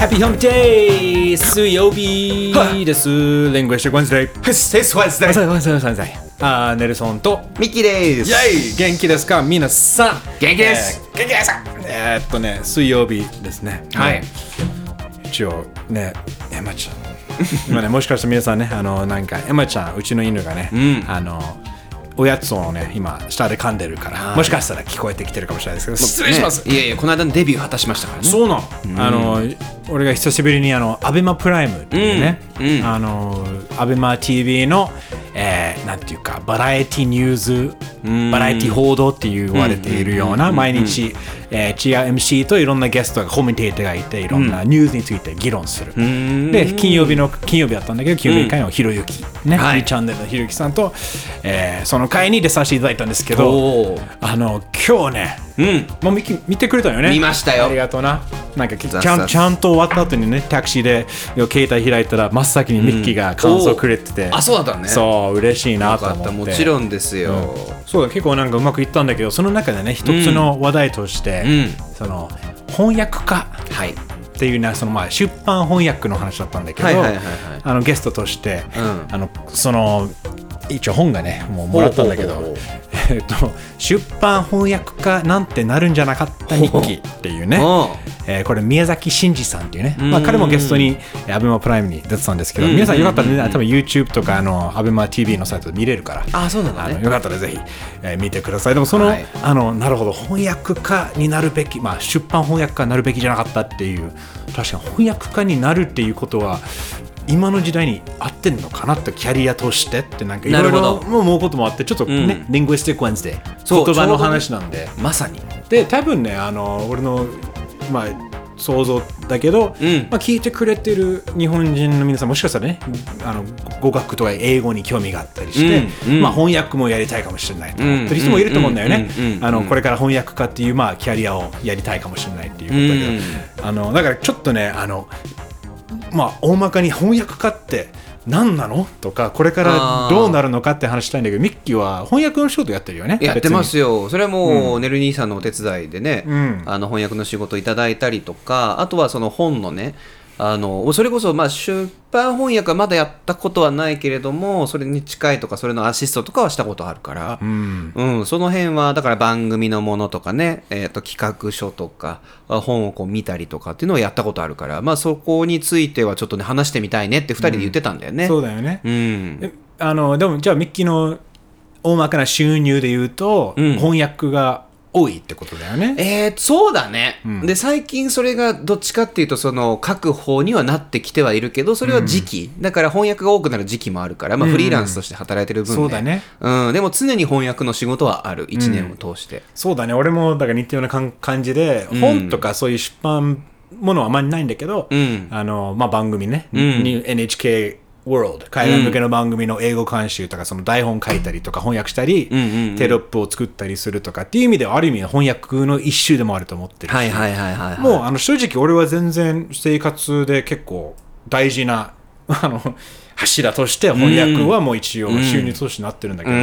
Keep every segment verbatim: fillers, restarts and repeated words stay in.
Happy Hump Day! 水曜日です。Linguistic Wednesday。 It's Wednesday。 Wednesday。あー、ネルソンとミッキーです。 イェイ！元気ですか皆さん。 元気です。 えー、元気です。えー、っとね、水曜日ですね。 はい。 一応ね、エマちゃん。今ね、もしかしたら皆さんね、あの、なんか、エマちゃん、うちの犬がね、うん、あの、おやつをね、今、下で噛んでるから、もしかしたら聞こえてきてるかもしれないですけど、失礼します。 ね、いやいや、この間のデビュー果たしましたからね。 そうなの。うん、あの、俺が久しぶりに、あの、アベマプライムっていうね、うんうん、あの、アベマ ティーブイ の、えー、なんていうか、バラエティニューズ、バラエティ報道って言われているような、毎日、えー、違う エムシー といろんなゲストがコメンテーターがいて、いろんなニュースについて議論する。うん、で、金曜日の、金曜日だったんだけど、金曜日会のひろゆき、ね、はい、チャンネルのひろゆきさんと、えー、その会に出させていただいたんですけど、あの、今日ね、うん、もう見, 見てくれたよね。 見ましたよ。 ありがとうな。なんかちゃんちゃんと終わった後にね、タクシーで携帯開いたら真っ先にミッキーが感想くれてて、うん、 あ、そうだったね。 そう嬉しいなと思って。 もちろんですよ、うん、 そうだ、結構なんかうまくいったんだけど、その中でね、一つの話題として、うん、その翻訳家、はい、っていうな、そのまあ出版翻訳の話だったんだけど、はいはいはいはい、あのゲストとして、うん、あのその一応本がねもうもらったんだけど、えっと出版翻訳家なんてなるんじゃなかった日記っていうね、えー、これ宮崎真司さんっていうね、まあ、彼もゲストにアベマプライムに出てたんですけど、皆さんよかったらね、多分 YouTube とかあのアベマ ティーブイ のサイトで見れるから、 あ、そうなんだね、 よかったらぜひ、えー、見てください。でもその、はい、あのなるほど、翻訳家になるべき、まあ、出版翻訳家になるべきじゃなかったっていう、確かに翻訳家になるっていうことは今の時代に合ってんのかなって、キャリアとしてってなんかいろいろ思うこともあって、ちょっとね、リングイスティック・ウェンズデー、言葉の話なんで、 まさにで多分ね、あの俺のまあ想像だけど、うん、まあ、聞いてくれてる日本人の皆さん、もしかしたらね、あの語学とか英語に興味があったりして、うんうん、まあ、翻訳もやりたいかもしれないと思ってる人もいると思うんだよね。これから翻訳家っていう、まあ、キャリアをやりたいかもしれないっていうことだけど、うん、あのだからちょっとね、あのまあ、大まかに翻訳家って何なのとか、これからどうなるのかって話したいんだけど、ミッキーは翻訳の仕事やってるよね。 やってますよ。それはもう、うん、ネル兄さんのお手伝いでね、うん、あの翻訳の仕事いただいたりとか、あとはその本のね、あのそれこそまあ出版翻訳はまだやったことはないけれども、それに近いとかそれのアシストとかはしたことあるから、うんうん、その辺はだから番組のものとかね、えー、と企画書とか本をこう見たりとかっていうのをやったことあるから、まあ、そこについてはちょっとね話してみたいねってふたりで言ってたんだよね、 うん、そうだよね、うん、あのでもじゃあミッキーの大まかな収入で言うと、うん、翻訳が多いってことだよね。 えー、そうだね、うん、で最近それがどっちかっていうとその書く方にはなってきてはいるけど、それは時期、うん、だから翻訳が多くなる時期もあるから、まあ、フリーランスとして働いてる分ね、 そうだね、 うん、でも常に翻訳の仕事はある、いちねんを通して、うん、 そうだね。俺もだから似たような感じで、うん、本とかそういう出版ものはあんまりないんだけど、うん、あのまあ、番組ね、うん、エヌエイチケーWorld 海外向けの番組の英語監修とか、その台本書いたりとか翻訳したり、うんうんうん、テロップを作ったりするとかっていう意味では、ある意味翻訳の一種でもあると思ってるし、 はいはいはいはいはい、 もうあの正直俺は全然生活で結構大事なあの柱として翻訳はもう一応収入としてなってるんだけど、うん、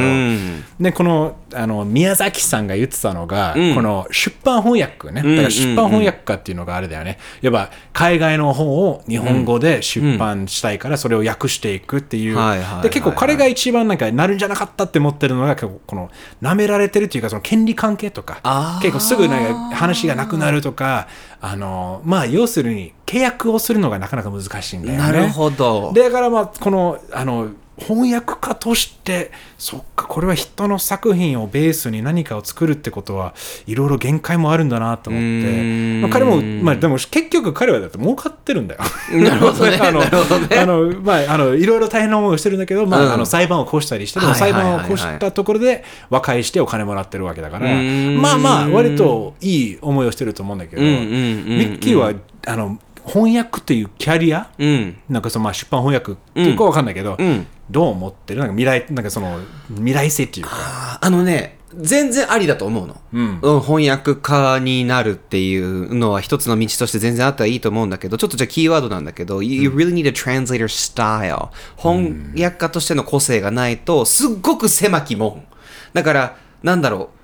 でこの、あの宮崎さんが言ってたのが、うん、この出版翻訳ね、だから出版翻訳家っていうのがあれだよね、いわば海外の本を日本語で出版したいからそれを訳していくっていう、で結構彼が一番なんかなるんじゃなかったって思ってるのが、この舐められてるっていうか、その権利関係とか結構すぐなんか話がなくなるとか、あのまあ要するに契約をするのがなかなか難しいんだよね。 なるほど。 だからまあこのあの翻訳家として、そっか、これは人の作品をベースに何かを作るってことはいろいろ限界もあるんだなと思って、まあ、彼も、まあ、でも結局彼はだって儲かってるんだよ。 なるほどね。あのなるほどね。 あのまああのいろいろ大変な思いをしてるんだけど、まあ、うん、あの裁判を起こしたりして、でも裁判を起こしたところで和解してお金もらってるわけだから、まあまあ割といい思いをしてると思うんだけど、ミッキーはあの翻訳っていうキャリア、うん、なんかそのまあ出版翻訳っていうかわかんないけど、うん、どう思ってる？なんか未来、なんかその未来性っていうか、 あ, あのね、全然ありだと思うの、うんうん、翻訳家になるっていうのは一つの道として全然あったらいいと思うんだけど、ちょっとじゃあキーワードなんだけど、うん、You really need a translator style、 翻訳家としての個性がないとすっごく狭きもんだから、なんだろう、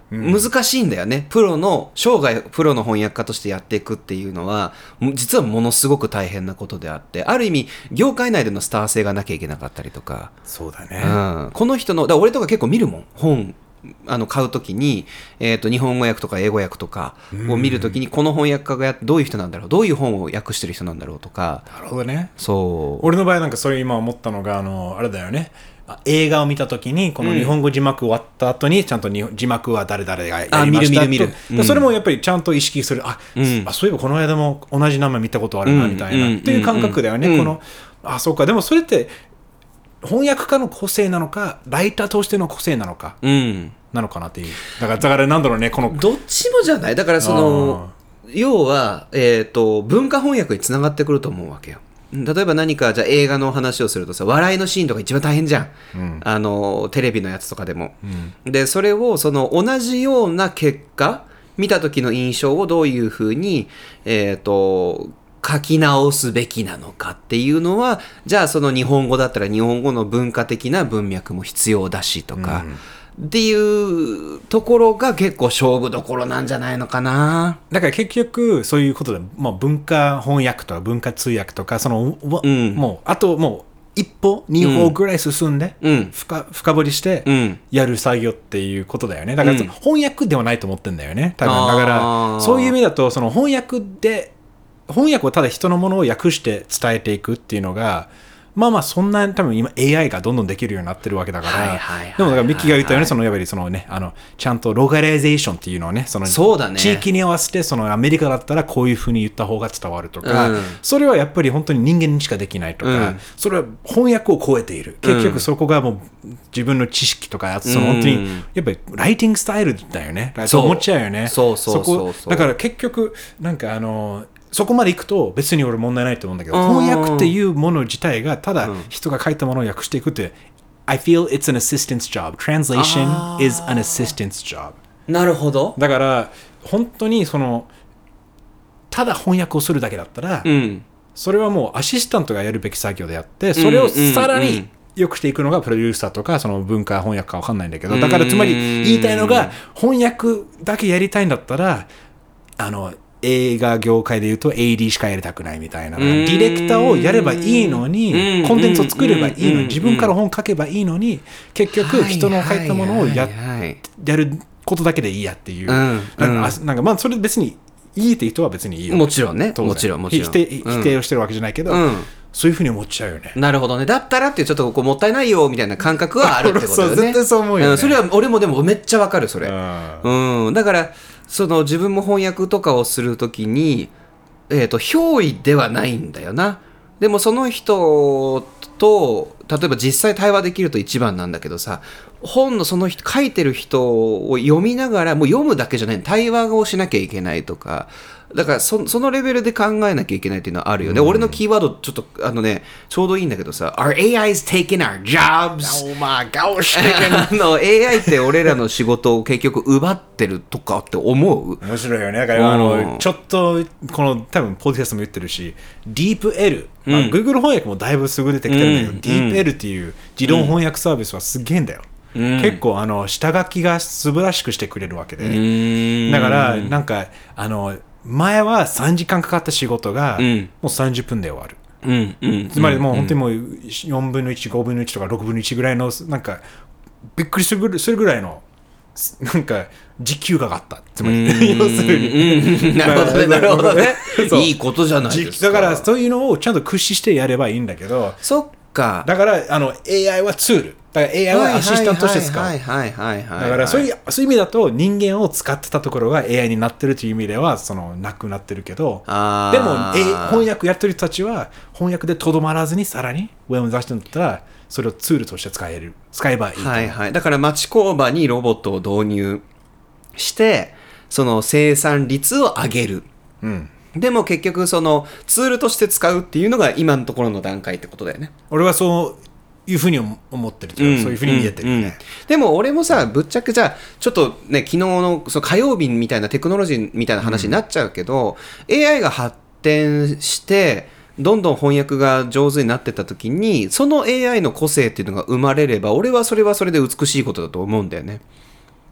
難しいんだよね、うん、プロの生涯プロの翻訳家としてやっていくっていうのは実はものすごく大変なことであって、ある意味業界内でのスター性がなきゃいけなかったりとか。 そうだね、 うん、この人のだから俺とか結構見るもん、本あの買うときに、えーと、日本語訳とか英語訳とかを見るときに、この翻訳家がやどういう人なんだろう、どういう本を訳してる人なんだろうとか。 なるほどね。 そう俺の場合なんかそれ今思ったのが、あのあれだよね、映画を見たときにこの日本語字幕終わった後にちゃんとに字幕は誰々がやりましたと、あ、見る見る見る、うん、それもやっぱりちゃんと意識する、あ、うん、あ、そういえばこの間も同じ名前見たことあるなみたいな、うん、っていう感覚だよね、うん、このあ、そうか。でもそれって翻訳家の個性なのかライターとしての個性なのか、うん、なのかなっていう。だからだからなんだろうね、このどっちもじゃない。だからその要は、えーと、文化翻訳につながってくると思うわけよ。例えば何かじゃあ映画の話をするとさ、笑いのシーンとか一番大変じゃん、うん、あのテレビのやつとかでも、うん、でそれをその同じような結果見た時の印象をどういうふうに、えーと書き直すべきなのかっていうのは、じゃあその日本語だったら日本語の文化的な文脈も必要だしとか、うん、っていうところが結構勝負どころなんじゃないのかな。 だから結局そういうことで、まあ、文化翻訳とか文化通訳とかその、うん、もうあともう一歩二歩ぐらい進んで、うん、深, 深掘りしてやる作業っていうことだよね。だから、うん、翻訳ではないと思ってんだよね多分。だからそういう意味だとその翻訳で翻訳をただ人のものを訳して伝えていくっていうのがまあまあそんな多分今 エーアイ がどんどんできるようになってるわけだから、でもだからミッキーが言ったようにそのやっぱりそのね、あのちゃんとローカライゼーションっていうのをね、その地域に合わせてそのアメリカだったらこういうふうに言った方が伝わるとか、うん、それはやっぱり本当に人間にしかできないとか、うん、それは翻訳を超えている。結局そこがもう自分の知識とかあとその本当にやっぱりライティングスタイルだよね。そう思っちゃうよね。 そうそうそうそう。 だから結局なんかあのそこまでいくと別に俺問題ないと思うんだけど、翻訳っていうもの自体がただ人が書いたものを訳していくって、うん、I feel it's an assistant's job. Translation is an assistant's job. なるほど。 だから本当にそのただ翻訳をするだけだったら、うん、それはもうアシスタントがやるべき作業であって、それをさらに良くしていくのがプロデューサーとかその文化翻訳か分かんないんだけど、だからつまり言いたいのが、翻訳だけやりたいんだったらあの映画業界で言うと エーディー しかやりたくないみたいな、ディレクターをやればいいのに、コンテンツを作ればいいのに、自分から本書けばいいのに、結局人の書いたものを や, やることだけでいいやっていう、なんかなんかまあそれ別にいいって人は別にいいよ、 もちろんね、もちろんもちろん否定、否定をしてるわけじゃないけど、うん、そういうふうに思っちゃうよね。 なるほどね。だったらってちょっとこうもったいないよみたいな感覚はあるってことだよね。 そう絶対そう思うよね、 うん、それは俺もでもめっちゃわかるそれ、うん、だからその自分も翻訳とかをするときに、えーと、憑依ではないんだよな。でもその人と例えば実際対話できると一番なんだけどさ、本のその人書いてる人を読みながらもう読むだけじゃない、対話をしなきゃいけないとか、だから そ, そのレベルで考えなきゃいけないっていうのはあるよね、うん、俺のキーワードちょっとあのねちょうどいいんだけどさ、 Our エーアイ is taking our jobs。 Oh my gosh あの エーアイ って俺らの仕事を結局奪ってるとかって思う。 面白いよね。だからあのちょっとこの多分ポッドキャストも言ってるし、 DeepL、まあ、Google 翻訳もだいぶ優れてきてるんだけど、うん、DeepL っていう自動翻訳サービスはすげえんだよ、うん、結構あの下書きが素晴らしくしてくれるわけで、うん、だからなんかあの前はさんじかんかかった仕事がもうさんじゅっぷんで終わる、うんうん、つまりもう本当にもうよんぶんのいち、ごぶんのいちとかろくぶんのいちぐらいのなんかびっくりするぐらいのなんか時給が上がった、つまり要するになるほどね、なるほどねいいことじゃないですか。 だからそういうのをちゃんと駆使してやればいいんだけど、 そっか、 だからあの エーアイ はツールだから エーアイ はアシスタントとして使う。だからそういうそういう意味だと人間を使ってたところが エーアイ になってるという意味ではそのなくなってるけど、でも、え翻訳やってる人たちは翻訳でとどまらずにさらに上を目指してんだったらそれをツールとして使える使えばいいと。 はいはい。だから町工場にロボットを導入してその生産率を上げる。うん。でも結局そのツールとして使うっていうのが今のところの段階ってことだよね。 俺はそういうふうに思ってるというか、うん、そういうふうに見えてるよね、うんうん、 でも俺もさぶっちゃけじゃあちょっとね昨日のその火曜日みたいなテクノロジーみたいな話になっちゃうけど、うん、エーアイ が発展してどんどん翻訳が上手になってった時にその エーアイ の個性っていうのが生まれれば俺はそれはそれで美しいことだと思うんだよね。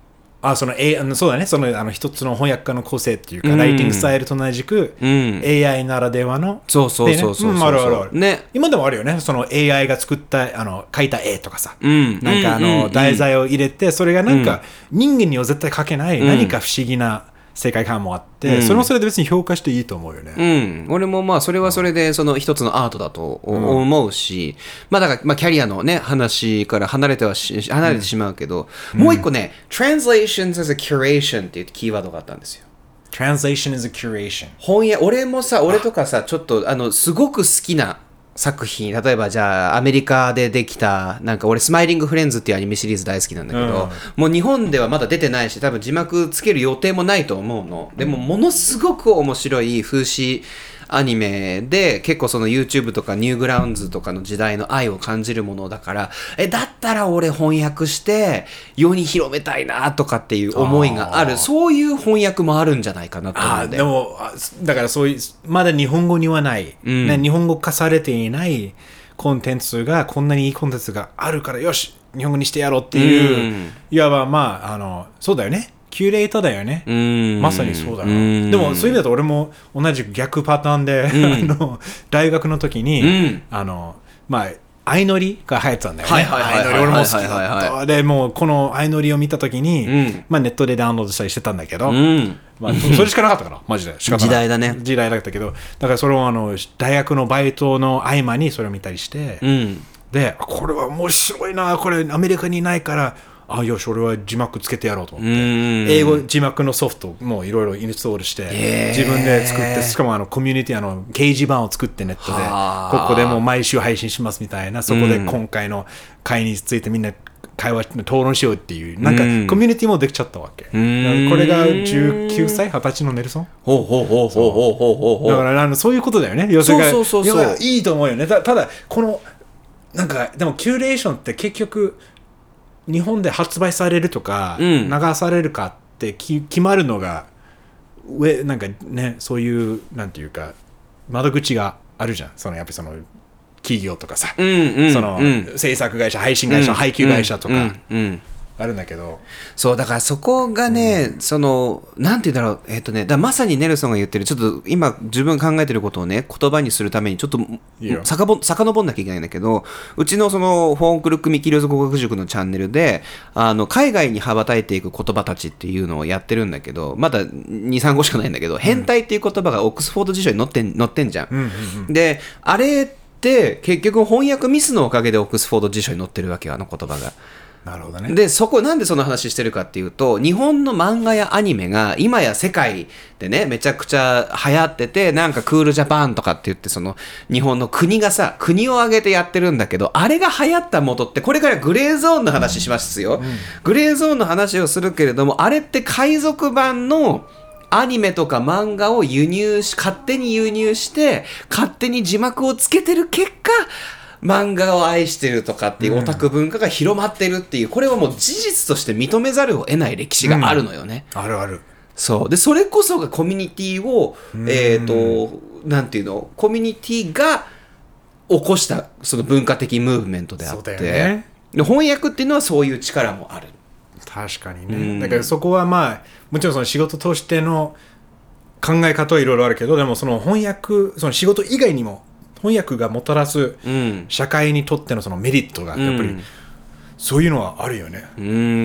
あその、A、そうだね、そのあの一つの翻訳家の個性っていうか、うん、ライティングスタイルと同じく、うん、エーアイ ならではの、 そうそうそうそうそう、ね、うん、 あるあるある、 ね、 今でもあるよね、その エーアイ が作ったあの書いた絵とかさ、うん、なんかあの、うん、題材を入れて、それがなんか、うん、人間には絶対書けない何か不思議な世界観もあって、うん、それもそれで別に評価していいと思うよね。 うん、俺もまあそれはそれでその一つのアートだと思うし、うん、まあだからまあキャリアのね話から離れてはし離れてしまうけど、うん、もう一個ね、うん、translations as a curation っていうキーワードがあったんですよ。 translation as a curation。 翻訳、俺もさ、俺とかさ、ちょっとあのすごく好きな作品、例えばじゃあアメリカでできたなんか俺スマイリングフレンズっていうアニメシリーズ大好きなんだけど、うん、もう日本ではまだ出てないし多分字幕つける予定もないと思うの。でもものすごく面白い風刺アニメで結構その YouTube とかニューグラウンズとかの時代の愛を感じるものだから、えだったら俺翻訳して世に広めたいなとかっていう思いがある、そういう翻訳もあるんじゃないかなと思うんで。 あでもだからそういうまだ日本語にはない、うんね、日本語化されていないコンテンツがこんなにいいコンテンツがあるからよし日本語にしてやろうっていう、うん、いわばまああのそうだよね。キュレーターだよね。まさにそうだな。でもそういう意味だと俺も同じ逆パターンで、うん、あの大学の時に、うん、あのまあ相乗りが流行ってたんだよね。相乗り俺も好きだった。でもうこの相乗りを見た時に、うん、まあネットでダウンロードしたりしてたんだけど、うん、まあそれしかなかったからマジで仕方ない。 時代だね。 時代だったけど、だからそれをあの大学のバイトの合間にそれを見たりして、うん、でこれは面白いなこれアメリカにないから。あよし俺は字幕つけてやろうと思って英語字幕のソフトもいろいろインストールして自分で作ってしかもあのコミュニティあの掲示板を作ってネットでここでもう毎週配信しますみたいなそこで今回の会についてみんな会話討論しようっていうなんかコミュニティもできちゃったわけこれがじゅうきゅうさいはたちのネルソンほうほうほうほうほうほうほうほうだからあのそういうことだよね要するにそうそうそうそういいと思うよね た, ただこのなんかでもキュレーションって結局日本で発売されるとか、うん、流されるかってき決まるのが上なんかねそういうなんていうか窓口があるじゃんそのやっぱりその企業とかさ、うんうん、その、うん、制作会社配信会社、うん、配給会社とか、うんうんうんあるんだけどそうだからそこがね、うん、そのなんて言うんだろうえっ、ー、とねだまさにネルソンが言ってるちょっと今自分考えてることをね言葉にするためにちょっとさかぼ遡んなきゃいけないんだけどうちのそのフォークルックミキリオズ語学塾のチャンネルであの海外に羽ばたいていく言葉たちっていうのをやってるんだけどまだ に,さん 語しかないんだけど、うん、変態っていう言葉がオックスフォード辞書に載ってん、載ってんじゃん、うんうんうん、であれって結局翻訳ミスのおかげでオックスフォード辞書に載ってるわけよあの言葉がなるほどね。 でそこなんでその話してるかっていうと日本の漫画やアニメが今や世界でねめちゃくちゃ流行っててなんかクールジャパンとかって言ってその日本の国がさ国を挙げてやってるんだけどあれが流行った元ってこれからグレーゾーンの話しますよ、うんうん、グレーゾーンの話をするけれどもあれって海賊版のアニメとか漫画を輸入し勝手に輸入して勝手に字幕をつけてる結果漫画を愛してるとかっていうオタク文化が広まってるっていう、うん、これはもう事実として認めざるを得ない歴史があるのよね、 うん、あるあるそうでそれこそがコミュニティを、うん、えっ、ー、となんていうのコミュニティが起こしたその文化的ムーブメントであって、ね、で翻訳っていうのはそういう力もある確かにね、うん、だからそこはまあもちろんその仕事としての考え方はいろいろあるけどでもその翻訳その仕事以外にも翻訳がもたらす社会にとってのそのメリットがやっぱりそういうのはあるよね、うん、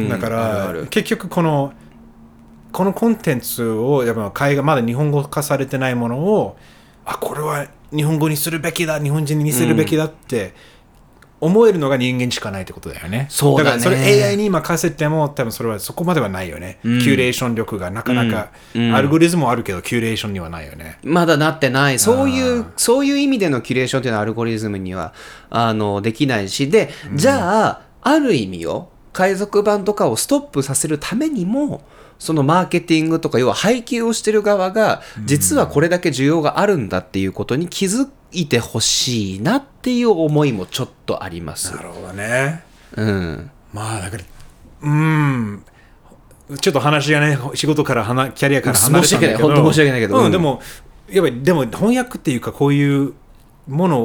だから結局このこのコンテンツをやっぱ海外まだ日本語化されてないものをあこれは日本語にするべきだ日本人に見せるべきだって思えるのが人間しかないってことだよね。 そうだね。 だからそれ エーアイ に任せても多分それはそこまではないよね、うん、キュレーション力がなかなか、うんうん、アルゴリズムはあるけどキュレーションにはないよね。 まだなってないそういうそういう意味でのキュレーションというのはアルゴリズムにはあのできないしでじゃあ、うん、ある意味よ海賊版とかをストップさせるためにもそのマーケティングとか要は配給をしてる側が実はこれだけ需要があるんだっていうことに気づいてほしいなっていう思いもちょっとあります。 なるほどね。 うん。 まあだからうんちょっと話がね仕事から離キャリアから離れたんだけど本当申し訳ないけど、 うん、でもやっぱりでも翻訳っていうかこういうものを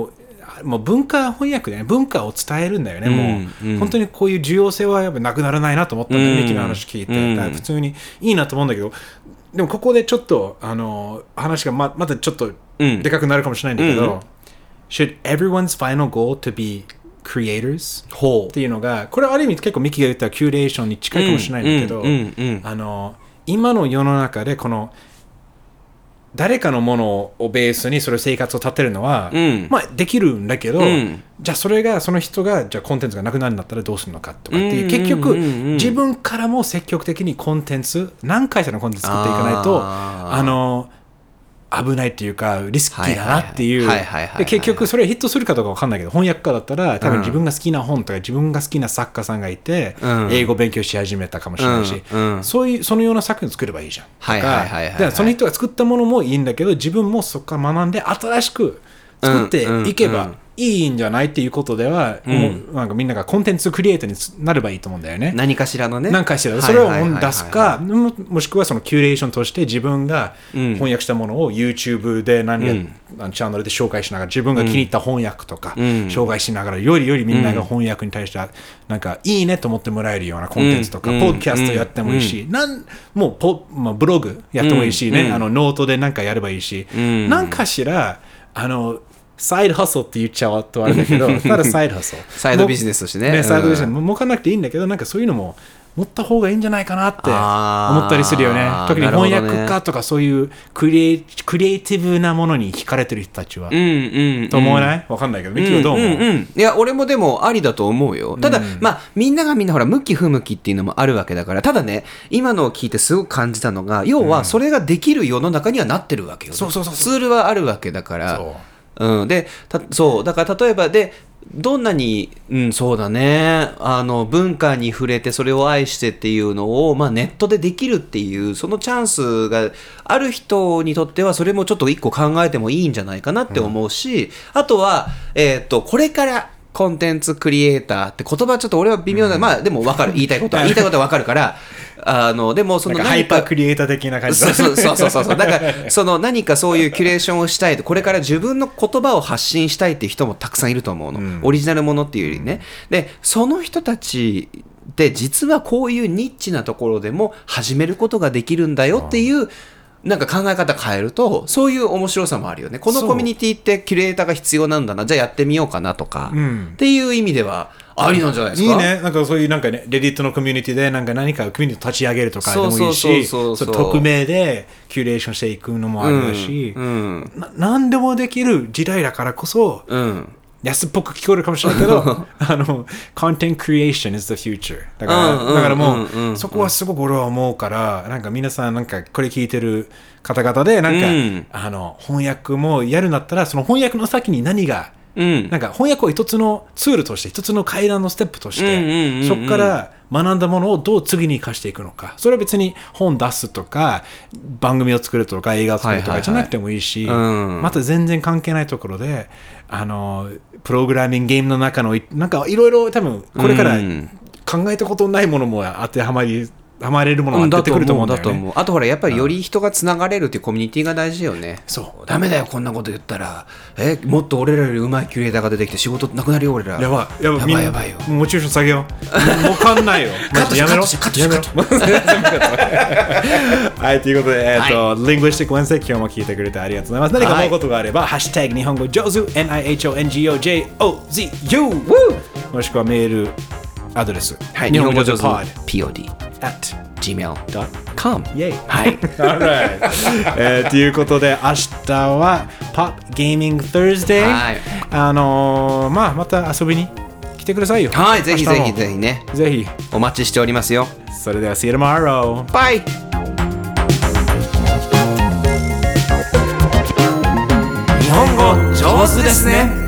もう文化翻訳でね、文化を伝えるんだよね、もう、うん、本当にこういう重要性はやっぱなくならないなと思ったんだよね、ミキの話聞いて、うん、だから普通にいいなと思うんだけど、でもここでちょっとあの話が ま, またちょっとでかくなるかもしれないんだけど、うん、Should everyone's final goal to be creators? っていうのが、これはある意味結構ミキが言ったキュレーションに近いかもしれないんだけど、あの今の世の中でこの誰かのものをベースにそれ生活を立てるのは、うん、まあできるんだけど、うん、じゃあそれがその人がじゃあコンテンツがなくなるんだったらどうするのかとかっていう、結局自分からも積極的にコンテンツ何回かのコンテンツ作っていかないとあの危ないっていうかリスキーだなっていうで結局それヒットするかどうか分かんないけど翻訳家だったら多分自分が好きな本とか自分が好きな作家さんがいて、うん、英語勉強し始めたかもしれないし、うんうん、そういうそのような作品を作ればいいじゃんとかその人が作ったものもいいんだけど自分もそこから学んで新しく作っていけばいいんじゃないっていうことでは、うん、もうなんかみんながコンテンツクリエイターになればいいと思うんだよね。 何かしらのね。 何かしらそれを出すか、もしくはそのキュレーションとして自分が翻訳したものを YouTube で何か、うん、チャンネルで紹介しながら自分が気に入った翻訳とか紹介しながら、よりよりみんなが翻訳に対してなんかいいねと思ってもらえるようなコンテンツとか、うん、ポッドキャストやってもいいし、うん、なんもうポ、まあ、ブログやってもいいしね、うん、あのノートで何かやればいいし、うん、何かしらあのサイドハソって言っちゃうとあれだけど、ただサイドハソ。 サイドビジネスとしてね。 ね、サイドビジネス。儲かんなくていいんだけど、なんかそういうのも持った方がいいんじゃないかなって思ったりするよね。特に翻訳家とかそういうクリエイ、クリエイティブなものに惹かれてる人たちは。うんうんうん、と思わない？わかんないけど、ミキはどう思う？うんうんうん、 いや、俺もでもありだと思うよ。ただ、うん、まあ、みんながみんなほら、向き不向きっていうのもあるわけだから、ただね、今のを聞いてすごく感じたのが、要はそれができる世の中にはなってるわけよ。 そうそうそう。 ツールはあるわけだから。そううん、でたそうだから例えばでどんなに、うん、そうだねあの文化に触れてそれを愛してっていうのを、まあ、ネットでできるっていうそのチャンスがある人にとってはそれもちょっと一個考えてもいいんじゃないかなって思うし、うん、あとは、えー、とこれからコンテンツクリエイターって言葉ちょっと俺は微妙な、うん、まあでも分かる言いたいことは言いたいことは分かるからあのでもそのなんかハイパークリエイター的な感じそうそうそうそうそうだからその何かそういうキュレーションをしたいこれから自分の言葉を発信したいっていう人もたくさんいると思うの、うん、オリジナルものっていうよりねでその人たちで実はこういうニッチなところでも始めることができるんだよっていう、うんなんか考え方変えるとそういう面白さもあるよねこのコミュニティってキュレーターが必要なんだなじゃあやってみようかなとか、うん、っていう意味ではありなんじゃないですか。 いいねなんかそういうなんかねレディットのコミュニティでなんか何かコミュニティを立ち上げるとかでもいいし匿名でキュレーションしていくのもあるし、うんうん、な何でもできる時代だからこそ、うん安っぽく聞こえるかもしれないけどあの Content creation is the future だから、うんうん、だからもう、うんうん、そこはすごく俺は思うからなんか皆さんなんかこれ聞いてる方々でなんか、うん、あの翻訳もやるんだったらその翻訳の先に何が、うん、なんか翻訳を一つのツールとして一つの階段のステップとして、うんうんうんうん、そこから学んだものをどう次に生かしていくのかそれは別に本出すとか番組を作るとか映画を作るとかじゃなくてもいいし、はいはいはいうん、また全然関係ないところであのプログラミングゲームの中のなんかいろいろ多分これから考えたことないものも当てはまりはまれるものが出てくると思うんだよね、うん、だと思うあとほらやっぱりより人がつながれるっていうコミュニティが大事よね、うん、そうダメだよこんなこと言ったらえもっと俺らより上手いキュレーターが出てきて仕事なくなるよ俺らやばいやばいやばいやばいよモチベーション下げようわかんないよカットしやめろカットしカットしはいということでえっ、ー、と、はい、Linguistic Wednesday 今日も聞いてくれてありがとうございます何か思うことがあれば、はい、ハッシュタグ日本語上手 エヌアイエイチオーエヌジーオージェーオーゼッユー もしくはメールアドレス、 はい、日本語上手 ピーオーディー atジーメールドットコムイェイはい、right. えー、ということで明日は Pop Gaming Thursday、はい、あのー、まあまた遊びに来てくださいよはいぜひぜひぜひねぜひお待ちしておりますよそれでは See you tomorrow Bye 日本語上手ですね